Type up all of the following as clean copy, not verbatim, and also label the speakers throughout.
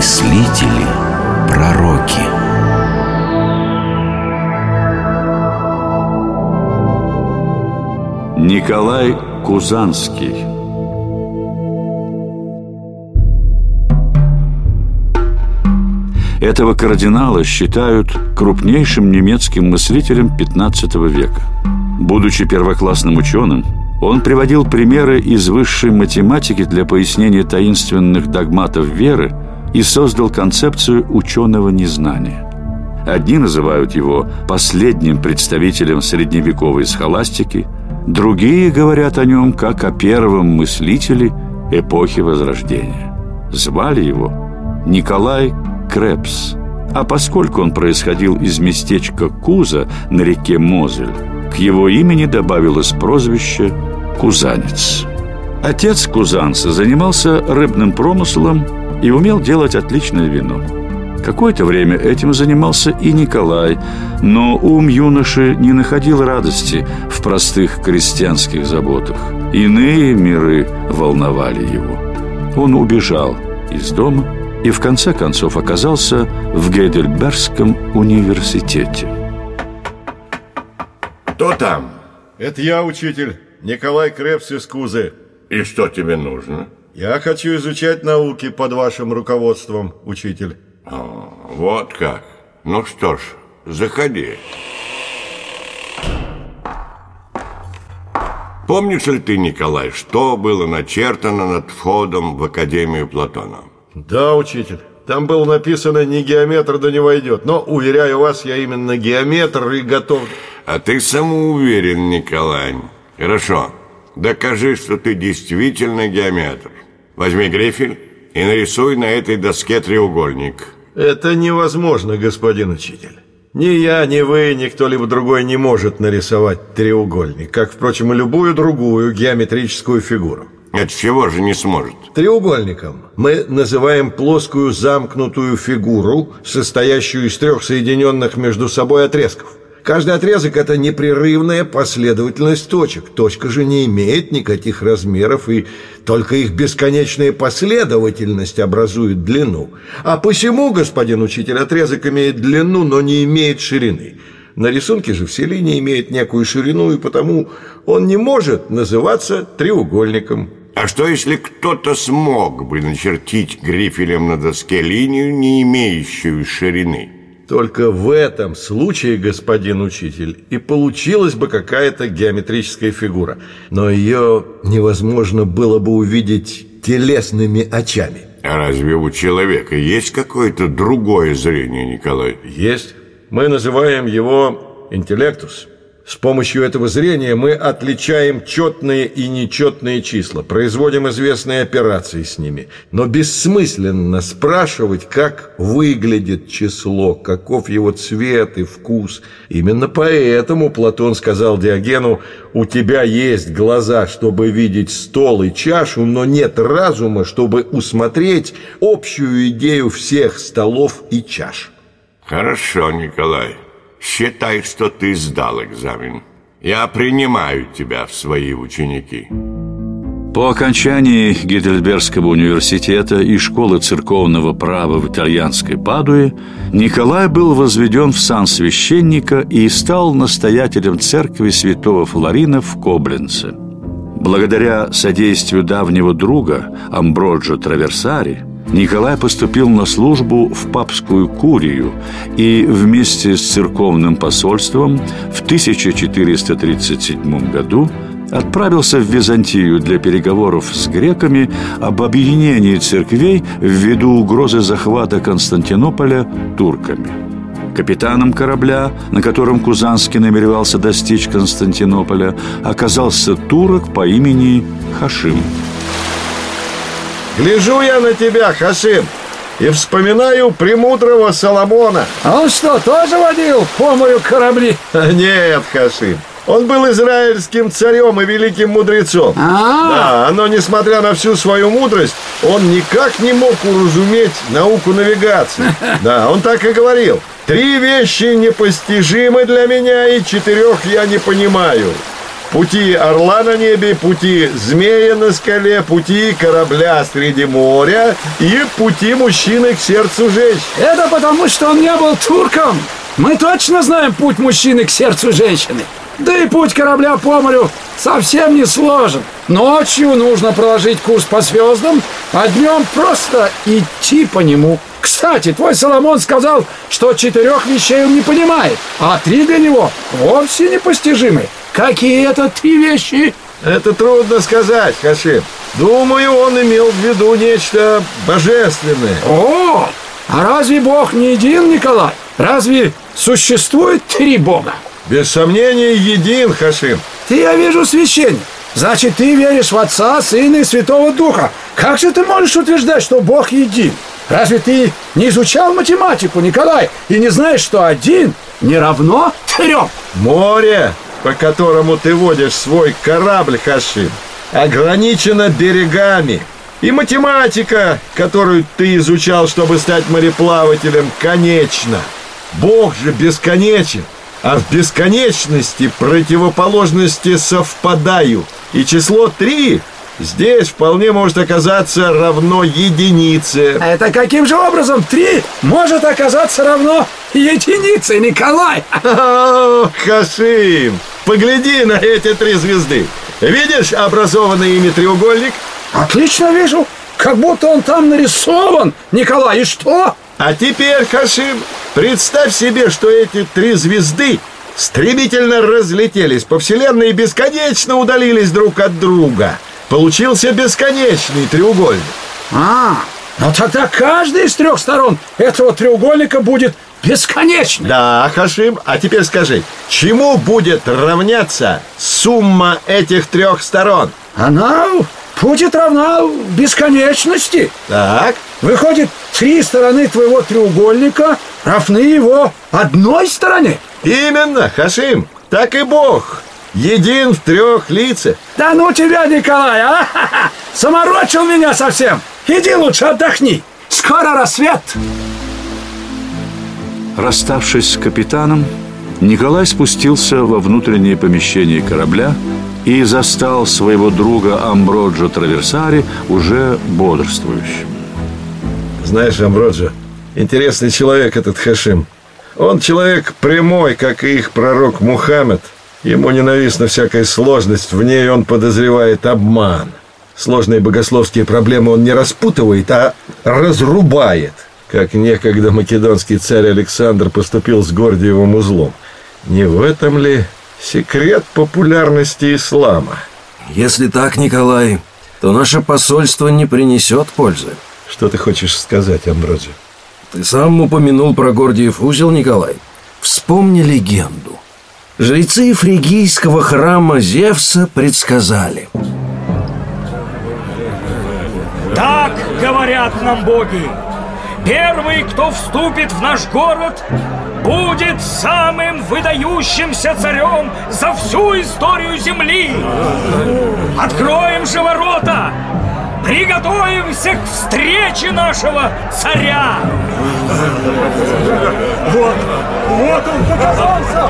Speaker 1: мыслители, пророки.
Speaker 2: Николай Кузанский. Этого кардинала считают крупнейшим немецким мыслителем XV века. Будучи первоклассным ученым, он приводил примеры из высшей математики для пояснения таинственных догматов веры и создал концепцию ученого незнания. Одни называют его последним представителем средневековой схоластики, другие говорят о нем как о первом мыслителе эпохи Возрождения. Звали его Николай Крепс. А поскольку он происходил из местечка Куза на реке Мозель, к его имени добавилось прозвище Кузанец. Отец Кузанца занимался рыбным промыслом и умел делать отличное вино. Какое-то время этим занимался и Николай, но ум юноши не находил радости в простых крестьянских заботах. Иные миры волновали его. Он убежал из дома и в конце концов оказался в Гейдельбергском университете.
Speaker 3: Кто там?
Speaker 4: Это я, учитель, Николай Крепс из Кузы.
Speaker 3: И что тебе нужно?
Speaker 4: Я хочу изучать науки под вашим руководством, учитель.
Speaker 3: Вот как. Ну что ж, заходи. Помнишь ли ты, Николай, что было начертано над входом в Академию Платона?
Speaker 4: Да, учитель. Там было написано: не геометр да не войдет. Но, уверяю вас, я именно геометр и готов...
Speaker 3: А ты самоуверен, Николай. Хорошо. Докажи, что ты действительно геометр. Возьми грифель и нарисуй на этой доске треугольник.
Speaker 4: Это невозможно, господин учитель. Ни я, ни вы, ни кто-либо другой не может нарисовать треугольник, как, впрочем, и любую другую геометрическую фигуру.
Speaker 3: От чего же не сможет?
Speaker 4: Треугольником мы называем плоскую замкнутую фигуру, состоящую из трех соединенных между собой отрезков. Каждый отрезок – это непрерывная последовательность точек. Точка же не имеет никаких размеров, и только их бесконечная последовательность образует длину. А посему, господин учитель, отрезок имеет длину, но не имеет ширины. На рисунке же все линии имеют некую ширину, и потому он не может называться треугольником.
Speaker 3: А что, если кто-то смог бы начертить грифелем на доске линию, не имеющую ширины?
Speaker 4: Только в этом случае, господин учитель, и получилась бы какая-то геометрическая фигура. Но ее невозможно было бы увидеть телесными очами.
Speaker 3: А разве у человека есть какое-то другое зрение, Николай?
Speaker 4: Есть. Мы называем его интеллектус. С помощью этого зрения мы отличаем четные и нечетные числа, производим известные операции с ними. Но бессмысленно спрашивать, как выглядит число, каков его цвет и вкус. Именно поэтому Платон сказал Диогену: у тебя есть глаза, чтобы видеть стол и чашу, но нет разума, чтобы усмотреть общую идею всех столов и чаш.
Speaker 3: Хорошо, Николай. Считай, что ты сдал экзамен. Я принимаю тебя в свои ученики.
Speaker 2: По окончании Гейдельбергского университета и школы церковного права в итальянской Падуе Николай был возведен в сан священника и стал настоятелем церкви святого Флорина в Кобленце. Благодаря содействию давнего друга Амброджо Траверсари Николай поступил на службу в папскую курию и вместе с церковным посольством в 1437 году отправился в Византию для переговоров с греками об объединении церквей ввиду угрозы захвата Константинополя турками. Капитаном корабля, на котором Кузанский намеревался достичь Константинополя, оказался турок по имени Хашим.
Speaker 4: Гляжу я на тебя, Хашим, и вспоминаю премудрого Соломона.
Speaker 5: А он что, тоже водил по морю корабли?
Speaker 4: Нет, Хашим. Он был израильским царем и великим мудрецом. Да, но несмотря на всю свою мудрость, он никак не мог уразуметь науку навигации. Да, он так и говорил: 3 вещи непостижимы для меня, и 4 я не понимаю. пути орла на небе, пути змея на скале, пути корабля среди моря и пути мужчины к сердцу женщины.
Speaker 5: Это потому, что он не был турком. Мы точно знаем путь мужчины к сердцу женщины. Да и путь корабля по морю совсем не сложен. Ночью нужно проложить курс по звездам, а днем просто идти по нему. Кстати, твой Соломон сказал, что 4 вещей он не понимает, а 3 для него вовсе непостижимы. Какие это 3 вещи?
Speaker 4: Это трудно сказать, Хашим. Думаю, он имел в виду нечто божественное.
Speaker 5: О, а разве Бог не един, Николай? Разве существует 3 Бога?
Speaker 4: Без сомнения, един, Хашим.
Speaker 5: Ты, я вижу, священник. Значит, ты веришь в Отца, Сына и Святого Духа. Как же ты можешь утверждать, что Бог един? Разве ты не изучал математику, Николай, и не знаешь, что 1 не равно 3?
Speaker 4: Море, по которому ты водишь свой корабль, Хашим, ограничено берегами. И математика, которую ты изучал, чтобы стать мореплавателем, конечна. Бог же бесконечен. А в бесконечности противоположности совпадают. И число 3 здесь вполне может оказаться равно единице.
Speaker 5: Это каким же образом 3 может оказаться равно единице, Николай?
Speaker 4: Хашим, погляди на эти 3 звезды. Видишь образованный ими треугольник?
Speaker 5: Отлично вижу. Как будто он там нарисован, Николай. И что?
Speaker 4: А теперь, Хашим, представь себе, что эти 3 звезды стремительно разлетелись по вселенной и бесконечно удалились друг от друга. Получился бесконечный треугольник.
Speaker 5: Ну тогда каждая из 3 сторон этого треугольника будет бесконечной.
Speaker 4: Да, Хашим, а теперь скажи, чему будет равняться сумма этих 3 сторон?
Speaker 5: Она будет равна бесконечности.
Speaker 4: Так.
Speaker 5: Выходит, 3 стороны твоего треугольника равны его одной стороне.
Speaker 4: Именно, Хашим, так и Бог един в 3 лицах.
Speaker 5: Да ну тебя, Николай, а? Заморочил меня совсем. Иди лучше отдохни. Скоро рассвет.
Speaker 2: Расставшись с капитаном, Николай спустился во внутреннее помещение корабля и застал своего друга Амброджо Траверсари уже бодрствующим.
Speaker 4: Знаешь, Амброджо, интересный человек этот Хашим. Он человек прямой, как и их пророк Мухаммед. Ему ненавистна всякая сложность, в ней он подозревает обман. Сложные богословские проблемы он не распутывает, а разрубает, как некогда македонский царь Александр поступил с Гордиевым узлом. Не в этом ли секрет популярности ислама?
Speaker 1: Если так, Николай, то наше посольство не принесет пользы.
Speaker 4: Что ты хочешь сказать, Амброджо?
Speaker 1: Ты сам упомянул про Гордиев узел, Николай. Вспомни легенду. Жрецы фригийского храма Зевса предсказали.
Speaker 6: Так говорят нам боги. Первый, кто вступит в наш город, будет самым выдающимся царем за всю историю земли. Откроем же ворота, приготовимся к встрече нашего царя. Вот он показался.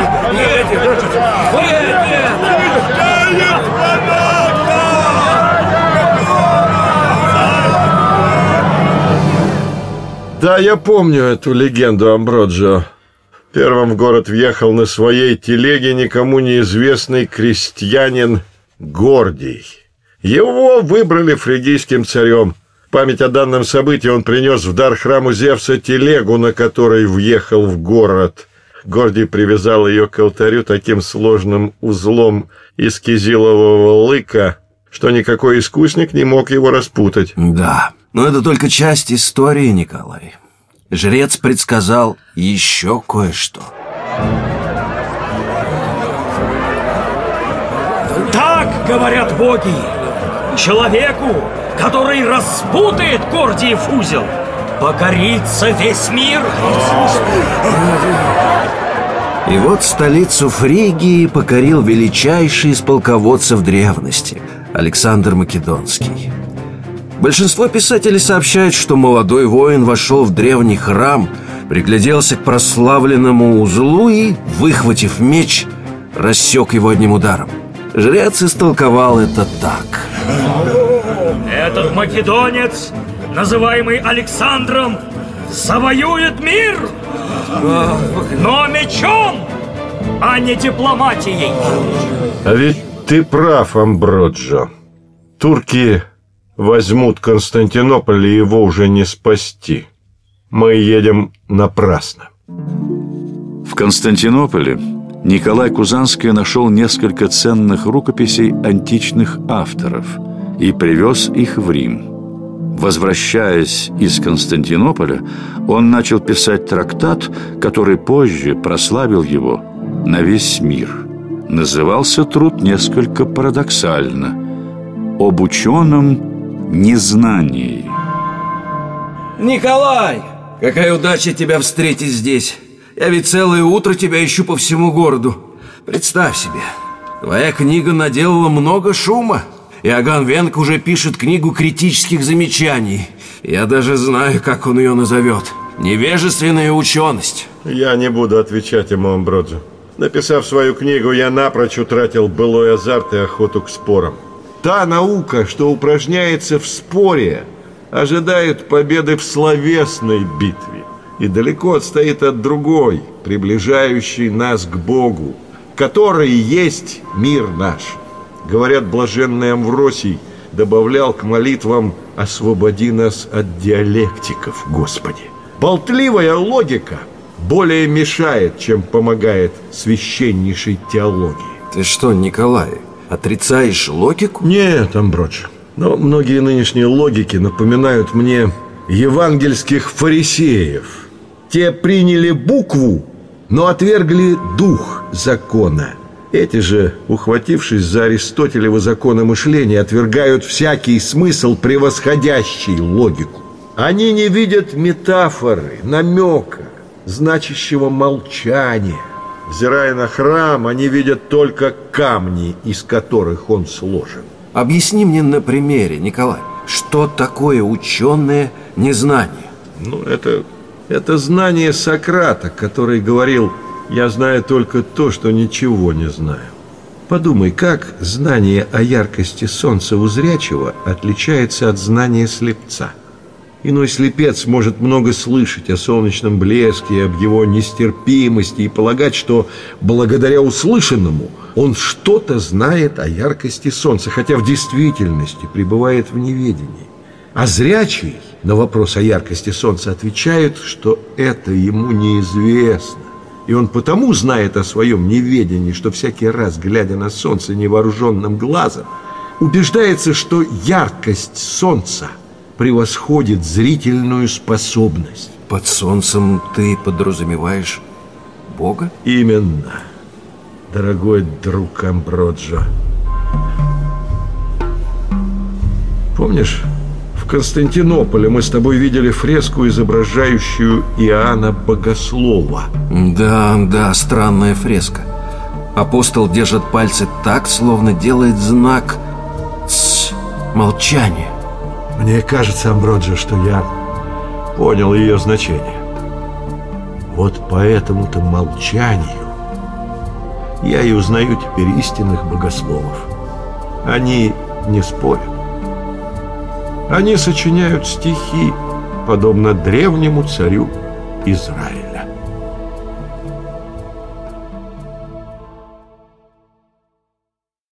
Speaker 4: Да, я помню эту легенду, Амброджо. Первым в город въехал на своей телеге никому неизвестный крестьянин Гордий. Его выбрали фригийским царем. В память о данном событии он принес в дар храму Зевса телегу, на которой въехал в город. Гордий привязал ее к алтарю таким сложным узлом из кизилового лыка, что никакой искусник не мог его распутать.
Speaker 1: Да, но это только часть истории, Николай. Жрец предсказал еще кое-что.
Speaker 6: Так говорят боги. Человеку, который распутает Гордиев узел, покорится весь мир.
Speaker 1: И вот столицу Фригии покорил величайший из полководцев древности – Александр Македонский. Большинство писателей сообщают, что молодой воин вошел в древний храм, пригляделся к прославленному узлу и, выхватив меч, рассек его одним ударом. Жрец истолковал это так.
Speaker 6: Этот македонец, называемый Александром, завоюет мир, но мечом, а не дипломатией.
Speaker 4: А ведь ты прав, Амброджо. Турки возьмут Константинополь, и его уже не спасти. Мы едем напрасно.
Speaker 2: В Константинополе Николай Кузанский нашел несколько ценных рукописей античных авторов и привез их в Рим. Возвращаясь из Константинополя, он начал писать трактат, который позже прославил его на весь мир. Назывался труд несколько парадоксально «Об ученом незнании».
Speaker 1: Николай, какая удача тебя встретить здесь. Я ведь целое утро тебя ищу по всему городу. Представь себе, твоя книга наделала много шума. Иоганн Венк уже пишет книгу критических замечаний. Я даже знаю, как он ее назовет. «Невежественная ученость».
Speaker 4: Я не буду отвечать ему, Амброджо. Написав свою книгу, я напрочь утратил былой азарт и охоту к спорам. Та наука, что упражняется в споре, ожидает победы в словесной битве и далеко отстоит от другой, приближающей нас к Богу, который есть мир наш. Говорят, блаженный Амвросий добавлял к молитвам «Освободи нас от диалектиков, Господи». Болтливая логика более мешает, чем помогает священнейшей теологии.
Speaker 1: Ты что, Николай, отрицаешь логику?
Speaker 4: Нет, Амброджо. Но многие нынешние логики напоминают мне евангельских фарисеев. Те приняли букву, но отвергли дух закона. Эти же, ухватившись за Аристотелево законы мышления, отвергают всякий смысл, превосходящий логику. Они не видят метафоры, намека, значащего молчания. Взирая на храм, они видят только камни, из которых он сложен.
Speaker 1: Объясни мне на примере, Николай, что такое ученое незнание?
Speaker 4: Ну, это знание Сократа, который говорил: «Я знаю только то, что ничего не знаю». Подумай, как знание о яркости солнца у зрячего отличается от знания слепца. Иной слепец может много слышать о солнечном блеске и об его нестерпимости и полагать, что благодаря услышанному он что-то знает о яркости солнца, хотя в действительности пребывает в неведении. А зрячий на вопрос о яркости солнца отвечает, что это ему неизвестно. И он потому знает о своем неведении, что всякий раз, глядя на солнце невооруженным глазом, убеждается, что яркость солнца превосходит зрительную способность.
Speaker 1: Под солнцем ты подразумеваешь Бога?
Speaker 4: Именно, дорогой друг Амброджо. Помнишь, в Константинополе мы с тобой видели фреску, изображающую Иоанна Богослова?
Speaker 1: Да, странная фреска. Апостол держит пальцы так, словно делает знак молчания.
Speaker 4: Мне кажется, Амброджо, что я понял ее значение. Вот по этому-то молчанию я и узнаю теперь истинных богословов. Они не спорят. Они сочиняют стихи, подобно древнему царю Израиля.